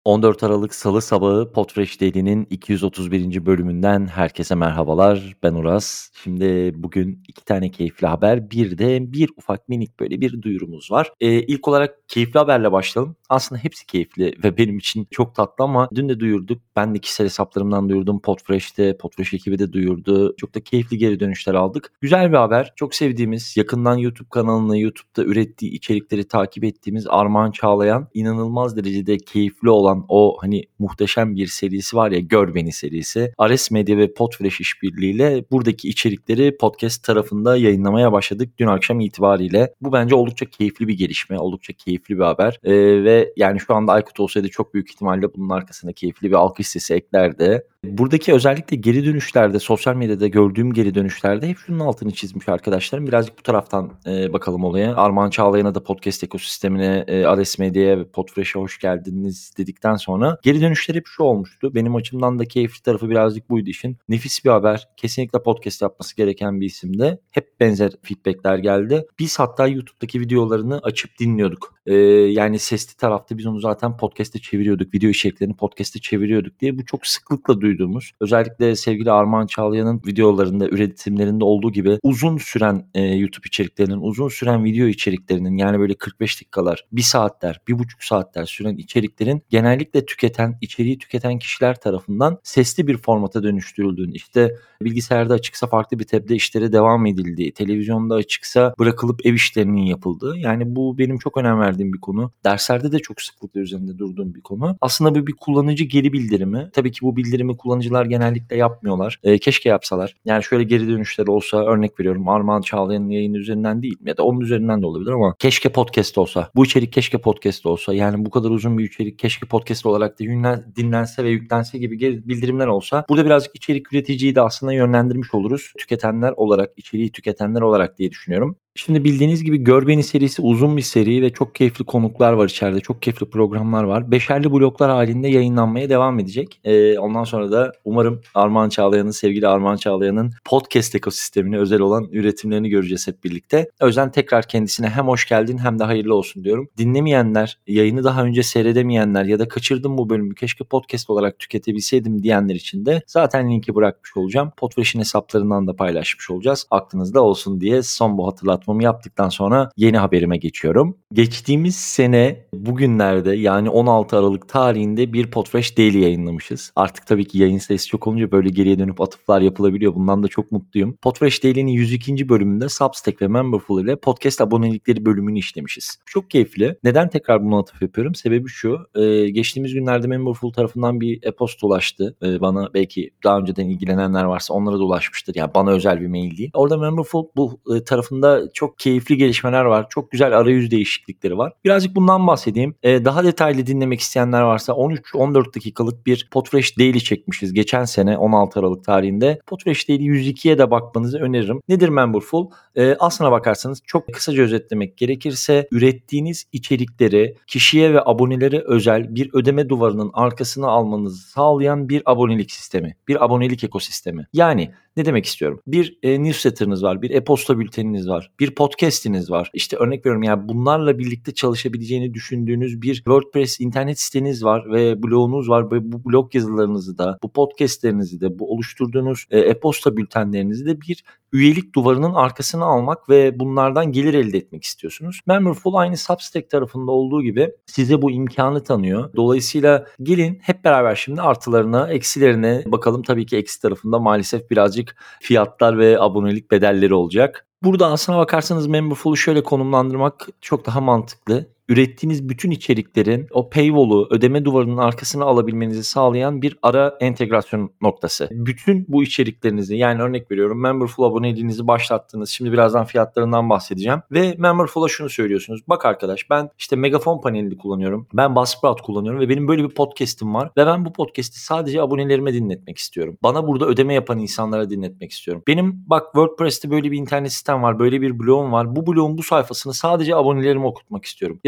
14 Aralık Salı sabahı Podfresh Daily'nin 231. bölümünden herkese merhabalar. Ben Uras. Şimdi bugün 2 tane keyifli haber, bir de bir ufak minik böyle bir duyurumuz var. İlk olarak keyifli haberle başlayalım. Aslında hepsi keyifli ve benim için çok tatlı ama dün de duyurduk. Ben de kişisel hesaplarımdan duyurdum. Podfresh ekibi de duyurdu. Çok da keyifli geri dönüşler aldık. Güzel bir haber. Çok sevdiğimiz, yakından YouTube kanalını, YouTube'da ürettiği içerikleri takip ettiğimiz Armağan Çağlayan inanılmaz derecede keyifli olan o hani muhteşem bir serisi var ya, Gör Beni serisi. Ares Medya ve Podfresh işbirliğiyle buradaki içerikleri podcast tarafında yayınlamaya başladık dün akşam itibariyle. Bu bence oldukça keyifli bir gelişme, oldukça keyifli bir haber. Ve yani şu anda Aykut olsaydı çok büyük ihtimalle bunun arkasına keyifli bir alkış sesi eklerdi. Buradaki özellikle geri dönüşlerde, sosyal medyada gördüğüm geri dönüşlerde hep şunun altını çizmiş arkadaşlarım. Birazcık bu taraftan bakalım olaya. Armağan Çağlayan'a da podcast ekosistemine, Ares Medya'ya ve Podfresh'e hoş geldiniz dedikten sonra geri dönüşler hep şu olmuştu. Benim açımdan da keyifli tarafı birazcık buydu işin. Nefis bir haber. Kesinlikle podcast yapması gereken bir isimdi. Hep benzer feedbackler geldi. Biz hatta YouTube'daki videolarını açıp dinliyorduk. Yani sesli tarafta biz onu zaten podcast'e çeviriyorduk. Video içeriklerini podcast'e çeviriyorduk diye bu çok sıklıkla duyduğumuz. Özellikle sevgili Armağan Çağlayan'ın videolarında, üretimlerinde olduğu gibi uzun süren YouTube içeriklerinin, uzun süren video içeriklerinin, yani böyle 45 dakikalar, 1 saatler, 1,5 saatler süren içeriklerin genellikle içeriği tüketen kişiler tarafından sesli bir formata dönüştürüldüğünü, işte bilgisayarda açıksa farklı bir tabde işlere devam edildiği, televizyonda açıksa bırakılıp ev işlerinin yapıldığı, yani bu benim çok önem verdiğim bir konu. Derslerde de çok sıklıkla üzerinde durduğum bir konu. Aslında bu bir kullanıcı geri bildirimi. Tabii ki bu bildirimi kullanıcılar genellikle yapmıyorlar. Keşke yapsalar. Yani şöyle geri dönüşler olsa, örnek veriyorum, Armağan Çağlayan'ın yayını üzerinden değil ya da onun üzerinden de olabilir ama keşke podcast olsa. Bu içerik keşke podcast olsa. Yani bu kadar uzun bir içerik keşke podcast olarak da dinlense ve yüklense gibi geri bildirimler olsa. Burada birazcık içerik üreticiyi de aslında yönlendirmiş oluruz. Tüketenler olarak, içeriği tüketenler olarak diye düşünüyorum. Şimdi bildiğiniz gibi Gör Beni serisi uzun bir seri ve çok keyifli konuklar var içeride. Çok keyifli programlar var. Beşerli bloklar halinde yayınlanmaya devam edecek. Ondan sonra da umarım sevgili Armağan Çağlayan'ın podcast ekosistemine özel olan üretimlerini göreceğiz hep birlikte. O yüzden tekrar kendisine hem hoş geldin hem de hayırlı olsun diyorum. Dinlemeyenler, yayını daha önce seyredemeyenler ya da kaçırdım bu bölümü, keşke podcast olarak tüketebilseydim diyenler için de zaten linki bırakmış olacağım. Podfresh'in hesaplarından da paylaşmış olacağız. Aklınızda olsun diye son bu hatırlatmamı yaptıktan sonra yeni haberime geçiyorum. Geçtiğimiz sene bugünlerde, yani 16 Aralık tarihinde bir Podfresh Daily yayınlamışız. Artık tabii ki yayın sayısı çok olunca böyle geriye dönüp atıflar yapılabiliyor. Bundan da çok mutluyum. Podfresh Daily'nin 102. bölümünde Substack ve Memberful ile podcast abonelikleri bölümünü işlemişiz. Çok keyifli. Neden tekrar bunu atıf yapıyorum? Sebebi şu. Geçtiğimiz günlerde Memberful tarafından bir e-posta ulaştı. Bana, belki daha önceden ilgilenenler varsa onlara da ulaşmıştır. Yani bana özel bir mail değil. Orada Memberful bu tarafında çok keyifli gelişmeler var. Çok güzel arayüz değişiklikleri var. Birazcık bundan bahsedeyim. Daha detaylı dinlemek isteyenler varsa 13-14 dakikalık bir Podfresh Daily çekmişiz geçen sene 16 Aralık tarihinde. Podfresh Daily 102'ye de bakmanızı öneririm. Nedir Memberful? Aslına bakarsanız, çok kısaca özetlemek gerekirse, ürettiğiniz içerikleri kişiye ve abonelere özel bir ödeme duvarının arkasına almanızı sağlayan bir abonelik sistemi. Bir abonelik ekosistemi. Yani ne demek istiyorum? Bir newsletter'ınız var, bir e-posta bülteniniz var, bir podcast'iniz var. İşte örnek veriyorum, yani bunlarla birlikte çalışabileceğini düşündüğünüz bir WordPress internet siteniz var ve blogunuz var ve bu blog yazılarınızı da, bu podcast'lerinizi de, bu oluşturduğunuz e-posta bültenlerinizi de bir üyelik duvarının arkasına almak ve bunlardan gelir elde etmek istiyorsunuz. Memberful aynı Substack tarafında olduğu gibi size bu imkanı tanıyor. Dolayısıyla gelin hep beraber şimdi artılarına, eksilerine bakalım. Tabii ki eksi tarafında maalesef birazcık fiyatlar ve abonelik bedelleri olacak. Burada aslına bakarsanız Memberful'u şöyle konumlandırmak çok daha mantıklı. Ürettiğiniz bütün içeriklerin o paywall'u, ödeme duvarının arkasına alabilmenizi sağlayan bir ara entegrasyon noktası. Bütün bu içeriklerinizi, yani örnek veriyorum, Memberful aboneliğinizi başlattınız. Şimdi birazdan fiyatlarından bahsedeceğim. Ve Memberful'a şunu söylüyorsunuz. Bak arkadaş, ben işte Megafon panelini kullanıyorum. Ben Buzzsprout kullanıyorum ve benim böyle bir podcast'im var. Ve ben bu podcast'i sadece abonelerime dinletmek istiyorum. Bana burada ödeme yapan insanlara dinletmek istiyorum. Benim bak WordPress'te böyle bir internet sitem var. Böyle bir blogum var. Bu blogun bu sayfasını sadece abonelerime okutmak istiyorum. Ya da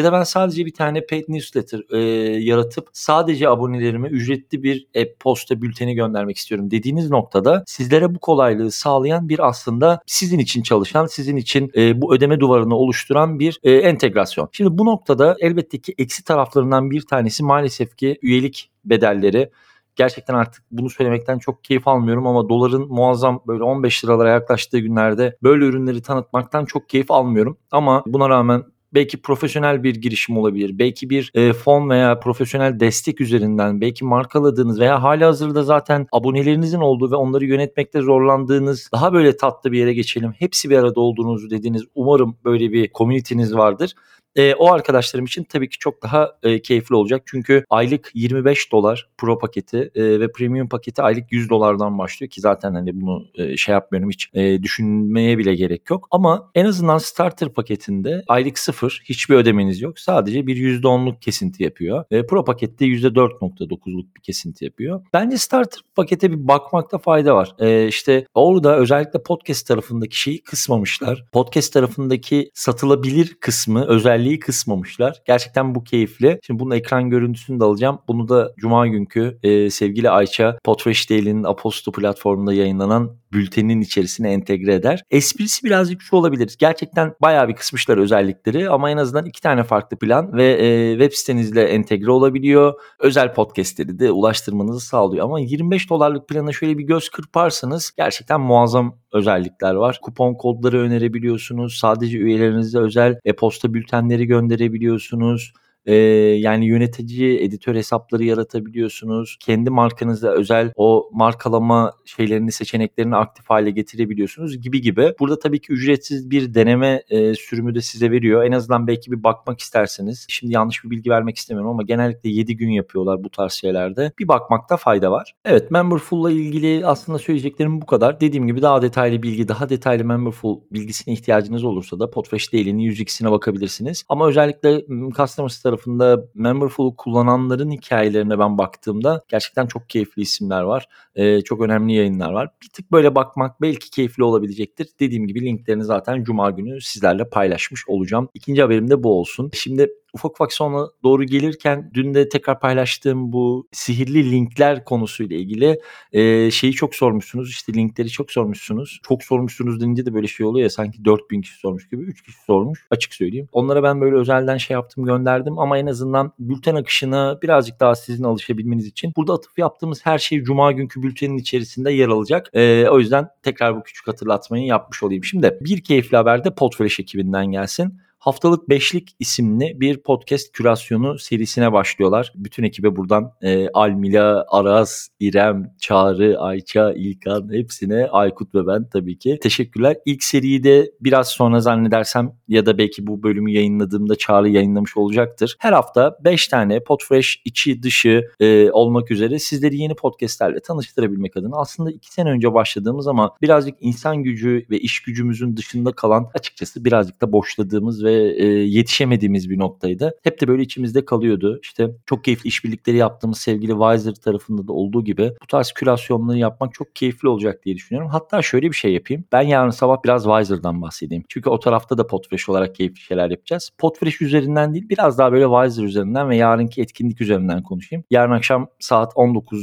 da ben sadece bir tane paid newsletter yaratıp sadece abonelerime ücretli bir e-posta bülteni göndermek istiyorum dediğiniz noktada sizlere bu kolaylığı sağlayan bir aslında sizin için çalışan, sizin için bu ödeme duvarını oluşturan bir entegrasyon. Şimdi bu noktada elbette ki eksi taraflarından bir tanesi maalesef ki üyelik bedelleri. Gerçekten artık bunu söylemekten çok keyif almıyorum ama doların muazzam böyle 15 liralara yaklaştığı günlerde böyle ürünleri tanıtmaktan çok keyif almıyorum. Ama buna rağmen belki profesyonel bir girişim olabilir. Belki bir fon veya profesyonel destek üzerinden belki markaladığınız veya halihazırda zaten abonelerinizin olduğu ve onları yönetmekte zorlandığınız daha böyle tatlı bir yere geçelim. Hepsi bir arada olduğunuzu dediğiniz umarım böyle bir community'niz vardır. O arkadaşlarım için tabii ki çok daha keyifli olacak. Çünkü aylık $25 Pro paketi ve Premium paketi aylık $100'dan başlıyor ki zaten hani bunu şey yapmıyorum hiç düşünmeye bile gerek yok. Ama en azından Starter paketinde aylık 0 hiçbir ödemeniz yok. Sadece bir %10'luk kesinti yapıyor. Pro pakette %4.9'luk bir kesinti yapıyor. Bence Starter pakete bir bakmakta fayda var. İşte orada özellikle podcast tarafındaki şeyi kısmamışlar. Podcast tarafındaki satılabilir kısmı özelliği kısmamışlar. Gerçekten bu keyifli. Şimdi bunun ekran görüntüsünü de alacağım. Bunu da Cuma günkü sevgili Ayça Podfresh Daily'nin Aposto platformunda yayınlanan bültenin içerisine entegre eder. Esprisi birazcık şu olabilir. Gerçekten bayağı bir kısmışlar özellikleri ama en azından 2 tane farklı plan ve web sitenizle entegre olabiliyor. Özel podcastleri de ulaştırmanızı sağlıyor. Ama $25'lık plana şöyle bir göz kırparsanız gerçekten muazzam özellikler var. Kupon kodları önerebiliyorsunuz. Sadece üyelerinize özel e-posta bültenleri gönderebiliyorsunuz. Yani yönetici, editör hesapları yaratabiliyorsunuz. Kendi markanıza özel o markalama şeylerini, seçeneklerini aktif hale getirebiliyorsunuz gibi gibi. Burada tabii ki ücretsiz bir deneme sürümü de size veriyor. En azından belki bir bakmak isterseniz. Şimdi yanlış bir bilgi vermek istemiyorum ama genellikle 7 gün yapıyorlar bu tarz şeylerde. Bir bakmakta fayda var. Evet, Memberful'la ilgili aslında söyleyeceklerim bu kadar. Dediğim gibi daha detaylı bilgi, daha detaylı Memberful bilgisine ihtiyacınız olursa da Podfresh Daily'nin 100x'ine bakabilirsiniz. Ama özellikle Customers tarafında Memberful'u kullananların hikayelerine ben baktığımda gerçekten çok keyifli isimler var. Çok önemli yayınlar var. Bir tık böyle bakmak belki keyifli olabilecektir. Dediğim gibi linklerini zaten Cuma günü sizlerle paylaşmış olacağım. İkinci haberim de bu olsun. Şimdi ufak ufak sona doğru gelirken dün de tekrar paylaştığım bu sihirli linkler konusuyla ilgili şeyi çok sormuşsunuz. İşte linkleri çok sormuşsunuz. Çok sormuşsunuz denince de böyle şey oluyor ya sanki 4000 kişi sormuş gibi 3 kişi sormuş. Açık söyleyeyim. Onlara ben böyle özelden şey yaptım gönderdim ama en azından bülten akışına birazcık daha sizin alışabilmeniz için burada atıf yaptığımız her şey Cuma günkü bültenin içerisinde yer alacak. O yüzden tekrar bu küçük hatırlatmayı yapmış olayım. Şimdi bir keyifli haber de Podfresh ekibinden gelsin. Haftalık Beşlik isimli bir podcast kürasyonu serisine başlıyorlar. Bütün ekibe buradan Almila, Aras, İrem, Çağrı, Ayça, İlkan hepsine Aykut ve ben tabii ki teşekkürler. İlk seriyi de biraz sonra zannedersem ya da belki bu bölümü yayınladığımda Çağrı yayınlamış olacaktır. Her hafta 5 tane Podfresh içi dışı olmak üzere sizleri yeni podcastlerle tanıştırabilmek adına aslında 2 sene önce başladığımız ama birazcık insan gücü ve iş gücümüzün dışında kalan açıkçası birazcık da boşladığımız ve yetişemediğimiz bir noktaydı. Hep de böyle içimizde kalıyordu. İşte çok keyifli işbirlikleri yaptığımız sevgili Wiser tarafında da olduğu gibi bu tarz kürasyonları yapmak çok keyifli olacak diye düşünüyorum. Hatta şöyle bir şey yapayım. Ben yarın sabah biraz Wiser'dan bahsedeyim. Çünkü o tarafta da Podfresh olarak keyifli şeyler yapacağız. Podfresh üzerinden değil biraz daha böyle Wiser üzerinden ve yarınki etkinlik üzerinden konuşayım. Yarın akşam saat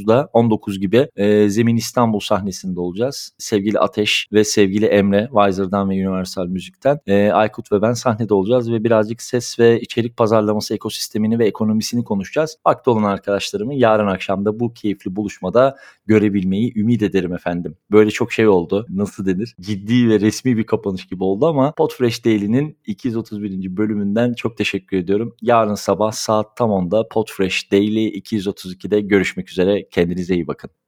19 gibi Zemin İstanbul sahnesinde olacağız. Sevgili Ateş ve sevgili Emre Wiser'dan ve Universal Müzik'ten Aykut ve ben sahnede olacağız ve birazcık ses ve içerik pazarlaması ekosistemini ve ekonomisini konuşacağız. Vakti olan arkadaşlarımı yarın akşam da bu keyifli buluşmada görebilmeyi ümit ederim efendim. Böyle çok şey oldu. Nasıl denir? Ciddi ve resmi bir kapanış gibi oldu ama Podfresh Daily'nin 231. bölümünden çok teşekkür ediyorum. Yarın sabah saat tam 10'da Podfresh Daily 232'de görüşmek üzere. Kendinize iyi bakın.